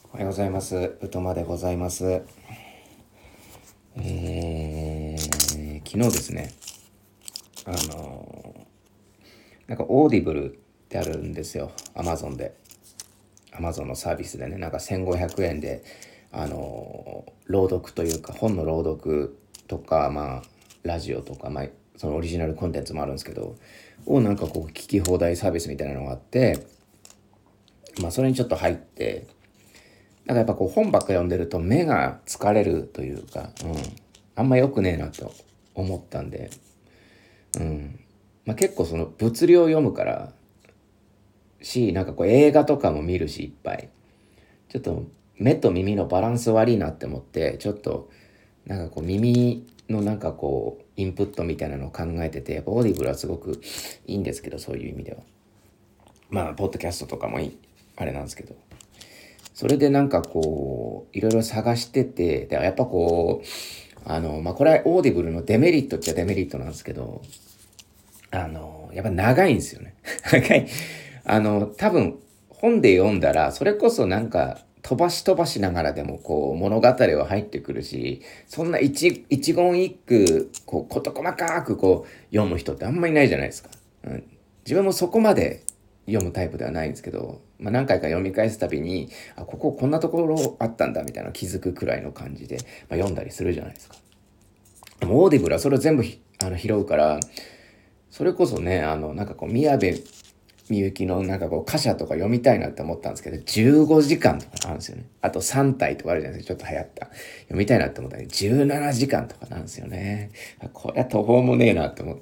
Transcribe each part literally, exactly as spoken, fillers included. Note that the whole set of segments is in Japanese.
おはようございます。うとまでございます。えー、昨日ですね、あのー、なんかオーディブルってあるんですよ。アマゾンで。アマゾンのサービスでね、なんかせんごひゃくえんで、あのー、朗読というか、本の朗読とか、まあ、ラジオとか、まあ、そのオリジナルコンテンツもあるんですけど、をなんかこう、聞き放題サービスみたいなのがあって、まあ、それにちょっと入って、なんかやっぱこう本ばっか読んでると目が疲れるというか、うん、あんま良くねえなと思ったんで、うんまあ、結構その物量読むからし、なんかこう映画とかも見るしいっぱい、ちょっと目と耳のバランス悪いなって思って、ちょっとなんかこう耳のなんかこうインプットみたいなのを考えてて、やっぱオーディブルはすごくいいんですけど、そういう意味ではまあポッドキャストとかもいいあれなんですけど、それでなんかこういろいろ探してて、でやっぱこうあのまあこれはオーディブルのデメリットっちゃデメリットなんですけど、あのやっぱ長いんですよね。長い。あの多分本で読んだらそれこそなんか飛ばし飛ばしながらでもこう物語は入ってくるし、そんな一一言一句こう事細かくこう読む人ってあんまりいないじゃないですか。うん、自分もそこまで読むタイプではないんですけど、まあ、何回か読み返すたびに、あ、こここんなところあったんだみたいな気づくくらいの感じで、まあ、読んだりするじゃないですか。でもオーディブルはそれを全部あの拾うから、それこそね、あのなんかこう宮部みゆきのなんかこう歌詞とか読みたいなって思ったんですけど、じゅうごじかんとかあるんですよね。あとさん体とかあるじゃないですか。ちょっと流行った。読みたいなって思ったらじゅうななじかんとかなんですよね。これは途方もねえなって思って、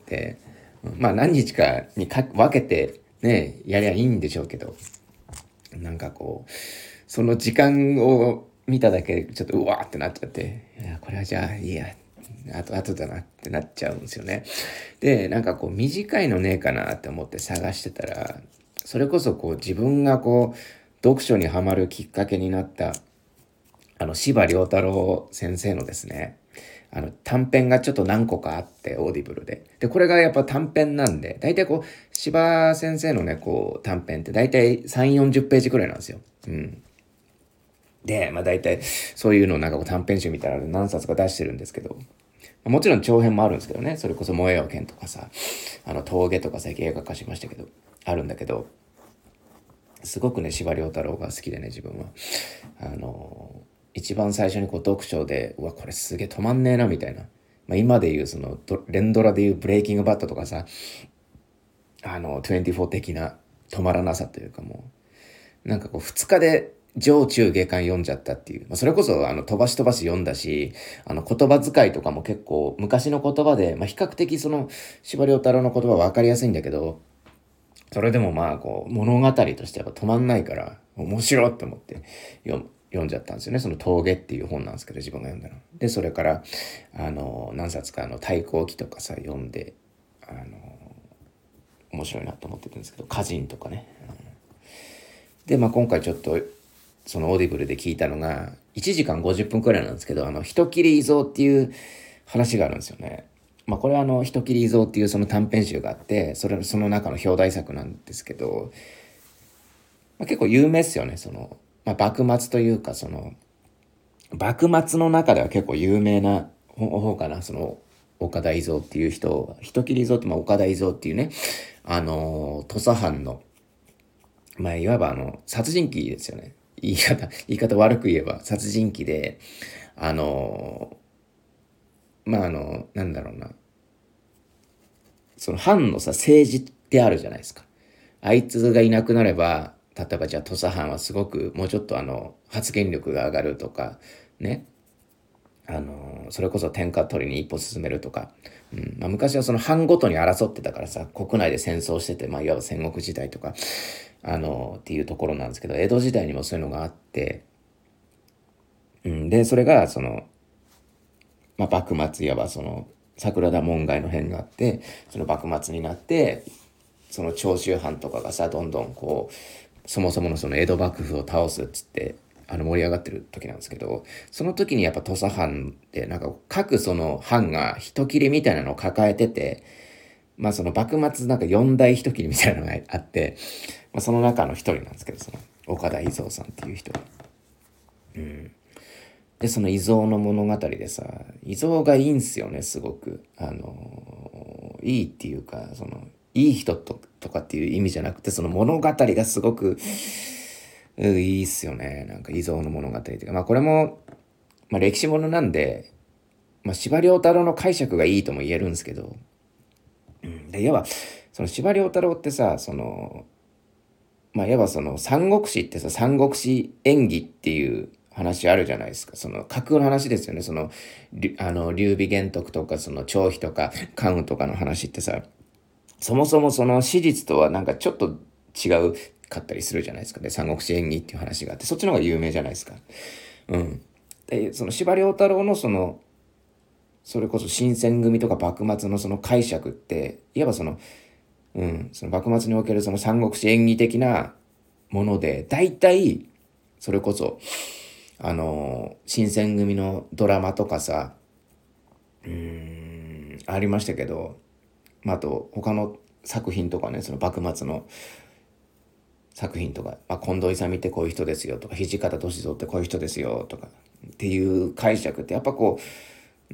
まあ何日かにか分けてね、やりゃいいんでしょうけど、なんかこう、その時間を見ただけでちょっとうわーってなっちゃって、いや、これはじゃあいいや。あと、あとだなってなっちゃうんですよね。で、なんかこう短いのねえかなって思って探してたら、それこそこう自分がこう読書にはまるきっかけになったあの司馬遼太郎先生のですね、あの短編がちょっと何個かあって、オーディブルで。で、これがやっぱ短編なんで、大体こう、司馬先生のね、こう短編って大体さん、よんじゅっページくらいなんですよ。うん。で、まあ大体そういうのをなんかこう短編集みたいなの何冊か出してるんですけど、もちろん長編もあるんですけどね、それこそ燃えよ剣とかさ、あの峠とか最近映画化しましたけど、あるんだけど、すごくね、司馬遼太郎が好きでね、自分は。あの、一番最初にこう読書で、うわ、これすげえ止まんねえな、みたいな。まあ今で言うその、連ドラで言うブレイキングバットとかさ、あの、にじゅうよん的な止まらなさというかもう、なんかこう二日で上中下巻読んじゃったっていう。まあ、それこそあの飛ばし飛ばし読んだし、あの言葉遣いとかも結構昔の言葉で、まあ、比較的その司馬遼太郎の言葉は分かりやすいんだけど、それでもまあこう物語としてやっぱ止まんないから面白いって思って読む。読んじゃったんですよね。その峠っていう本なんですけど、自分が読んだの。で、それから、あの、何冊かあの、太閤記とかさ、読んで、あの、面白いなと思ってるんですけど、歌人とかね。で、まあ今回ちょっと、そのオーディブルで聞いたのが、いちじかんごじゅっぷんくらいなんですけど、あの、人切り遺蔵っていう話があるんですよね。まあこれはあの、人切り遺蔵っていうその短編集があって、それ、その中の表題作なんですけど、まあ、結構有名っすよね、その、まあ幕末というか、その、幕末の中では結構有名な方かな、その、岡田伊蔵っていう人、人切り遺蔵ってまあ岡田伊蔵っていうね、あの、土佐藩の、まあ、いわばあの、殺人鬼ですよね。言い方、言い方悪く言えば、殺人鬼で、あの、まあ、あの、なんだろうな、その藩のさ、政治ってあるじゃないですか。あいつがいなくなれば、例えばじゃあ土佐藩はすごく、もうちょっとあの、発言力が上がるとか、ね。あの、それこそ天下取りに一歩進めるとか、うんまあ、昔はその藩ごとに争ってたからさ、国内で戦争してて、まあ、いわば戦国時代とか、あの、っていうところなんですけど、江戸時代にもそういうのがあって、うん、で、それが、その、まあ、幕末いわばその、桜田門外の変があって、その幕末になって、その長州藩とかがさ、どんどんこう、そもそものその江戸幕府を倒すっつって、あの盛り上がってる時なんですけど、その時にやっぱ土佐藩ってなんか各その藩が人切りみたいなのを抱えてて、まあその幕末なんか四大人切りみたいなのがあって、まあその中の一人なんですけど、その岡田伊蔵さんっていう人。 でその伊蔵の物語でさ、伊蔵がいいんすよね、すごく。あのいいっていうか、そのいい人ととかっていう意味じゃなくて、その物語がすごくいいっすよね。なんか伊蔵の物語っていうか、まあこれも、まあ、歴史ものなんで、まあ、司馬遼太郎の解釈がいいとも言えるんですけど、うん、でいわばその司馬遼太郎ってさ、そのまあいわばその三国志ってさ、三国志演義っていう話あるじゃないですか。その架空の話ですよね。そのあの劉備玄徳とかその張飛とか関羽とかの話ってさ、そもそもその史実とはなんかちょっと違うかったりするじゃないですか。で三国志演義っていう話があって、そっちの方が有名じゃないですか。うん。でその司馬遼太郎のそのそれこそ新選組とか幕末のその解釈って、いわばその、うん、その幕末におけるその三国志演義的なもので、大体、それこそ、あの、新選組のドラマとかさ、うーん、ありましたけど、まあ、あと、他の作品とかね、その幕末の作品とか、まあ、近藤勇ってこういう人ですよとか、土方歳三ってこういう人ですよとか、っていう解釈って、やっぱこう、うん、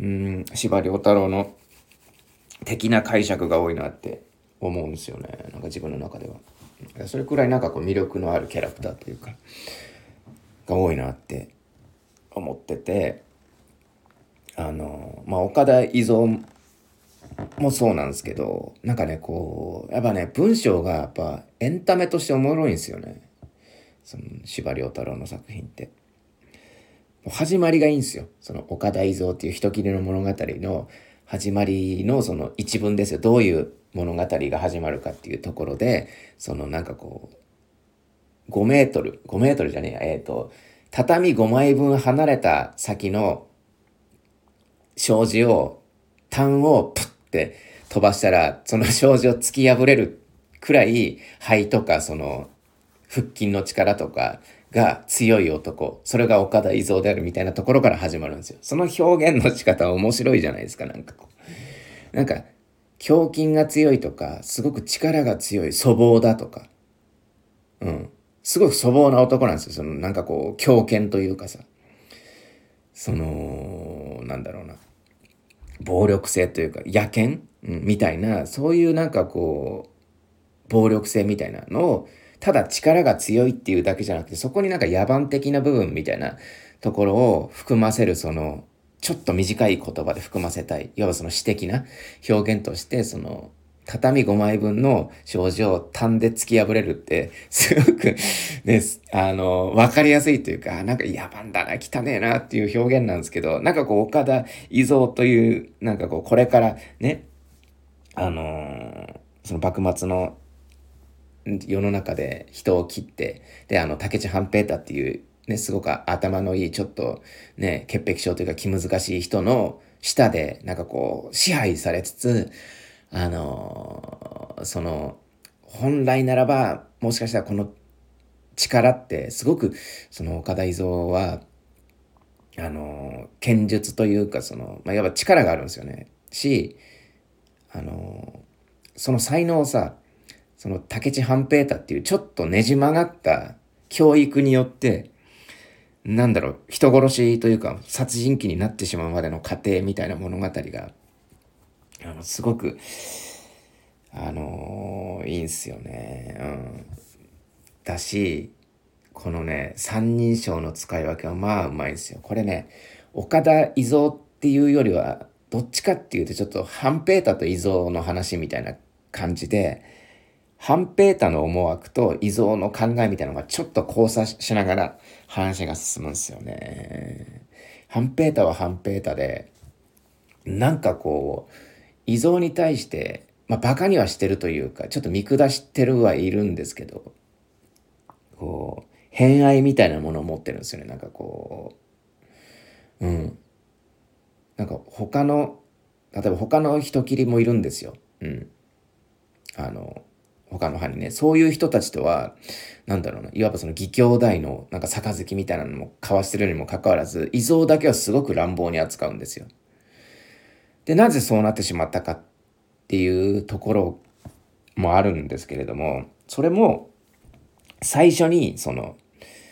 司馬遼太郎の的な解釈が多いなって思うんですよね。なんか自分の中では。それくらいなんかこう魅力のあるキャラクターというか、が多いなって思ってて、あの、まあ、岡田伊蔵もそうなんですけど、なんかね、こう、やっぱね、文章がやっぱエンタメとしておもろいんですよね。その司馬遼太郎の作品って。始まりがいいんですよ。その岡田伊蔵っていう人切りの物語の始まりのその一文ですよ。どういう物語が始まるかっていうところで、そのなんかこう、ごメートル、ごメートルじゃねえや、えっと、畳ごまいぶん離れた先の障子を、単をプッて飛ばしたら、その障子を突き破れるくらい、肺とかその腹筋の力とかが強い男、それが岡田伊蔵であるみたいなところから始まるんですよ。その表現の仕方は面白いじゃないですか。なんかこうなんか胸筋が強いとか、すごく力が強い粗暴だとか、うんすごく粗暴な男なんですよ。そのなんかこう狂犬というかさ、そのなんだろうな、暴力性というか野犬、うん、みたいな、そういうなんかこう暴力性みたいなのを、ただ力が強いっていうだけじゃなくて、そこになんか野蛮的な部分みたいなところを含ませる、そのちょっと短い言葉で含ませたい、いわばその詩的な表現として、その畳ごまいぶんの障子を単で突き破れるって、すごくね、あの、わかりやすいというか、なんか野蛮だな、汚ねえなっていう表現なんですけど、なんかこう、岡田伊蔵という、なんかこう、これからね、あのーその幕末の世の中で人を切って、で、あの、竹地半平太っていう、ね、すごく頭のいい、ちょっと、ね、潔癖症というか気難しい人の下で、なんかこう、支配されつつ、あのーその、本来ならば、もしかしたらこの力って、すごく、その岡田伊蔵は、あのー剣術というか、その、まあ、いわば力があるんですよね。し、あのーその才能をさ、その竹地半平太っていうちょっとねじ曲がった教育によって、なんだろう、人殺しというか殺人鬼になってしまうまでの過程みたいな物語が、あの、すごく、あのーいいんすよね。うん。だし、このね、三人称の使い分けはまあうまいんですよ。これね、岡田伊蔵っていうよりは、どっちかっていうとちょっと半平太と伊蔵の話みたいな感じで、半平太の思惑と伊蔵の考えみたいなのがちょっと交差しながら話が進むんですよね。半平太は半平太で、なんかこう、伊蔵に対して、まあバカにはしてるというか、ちょっと見下してるはいるんですけど、こう、偏愛みたいなものを持ってるんですよね。なんかこう、うん。なんか他の、例えば他の人斬りもいるんですよ。うん。あの、他の派にね、そういう人たちとは、なんだろうな、いわばその義兄弟のなんか杯みたいなのも交わしてるにもかかわらず、伊蔵だけはすごく乱暴に扱うんですよ。で、なぜそうなってしまったかっていうところもあるんですけれども、それも最初にその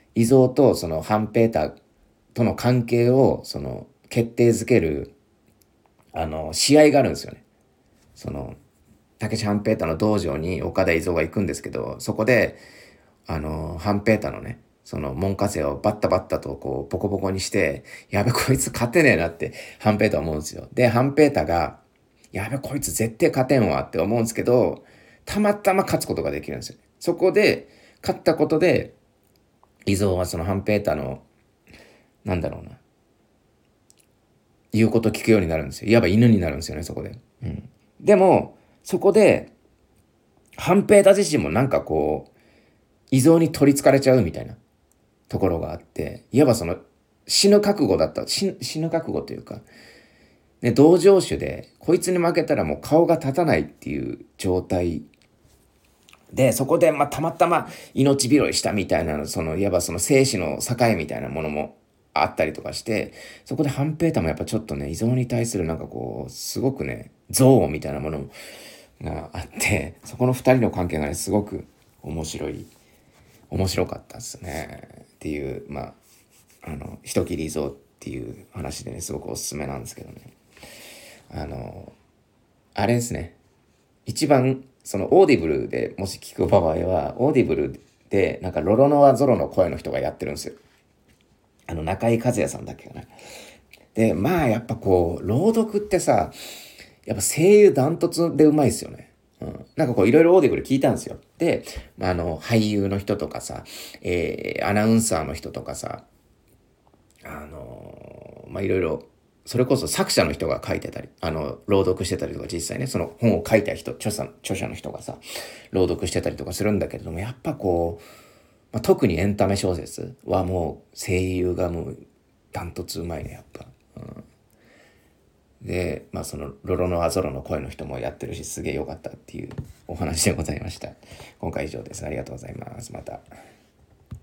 伊蔵とそのハンペーターとの関係をその決定づけるあの試合があるんですよね。そのたけしハンペーターの道場に岡田伊蔵が行くんですけど、そこであのハンペーターのねその門下生をバッタバッタとこうボコボコにして、やべこいつ勝てねえなってハンペーター思うんですよ。でハンペーターがやべこいつ絶対勝てんわって思うんですけど、たまたま勝つことができるんですよ。そこで勝ったことで伊蔵はそのハンペーターのなんだろうな言うこと聞くようになるんですよ。いわば犬になるんですよね、そこで。うん、でもそこでハンペーター自身もなんかこう伊蔵に取りつかれちゃうみたいなところがあって、いわばその死ぬ覚悟だった死死ぬ覚悟というか、ね、同情種でこいつに負けたらもう顔が立たないっていう状態で、そこでまあたまたま命拾いしたみたいな、そのいわばその生死の境みたいなものもあったりとかして、そこでハンペーターもやっぱちょっとね伊蔵に対するなんかこうすごくね憎悪みたいなものがあって、そこの二人の関係がねすごく面白い面白かったですねっていう、まああの人斬り伊蔵っていう話でねすごくおすすめなんですけどね、あのあれですね、一番そのオーディブルでもし聞く場合はオーディブルでなんかロロノアゾロの声の人がやってるんですよ。あの中井和也さんだっけかな。でまあやっぱこう朗読ってさ、やっぱ声優ダントツでうまいですよね。うん、なんかこういろいろオーディブル聞いたんですよ。で、まあ、あの俳優の人とかさ、えー、アナウンサーの人とかさ、あのー、まあいろいろそれこそ作者の人が書いてたり、あの朗読してたりとか、実際ねその本を書いた人、著者著者の人がさ朗読してたりとかするんだけれども、やっぱこう、まあ、特にエンタメ小説はもう声優がもうダントツうまいねやっぱ。うん、で、まあそのロロノアゾロの声の人もやってるし、すげえ良かったっていうお話でございました。今回以上です。ありがとうございます。また。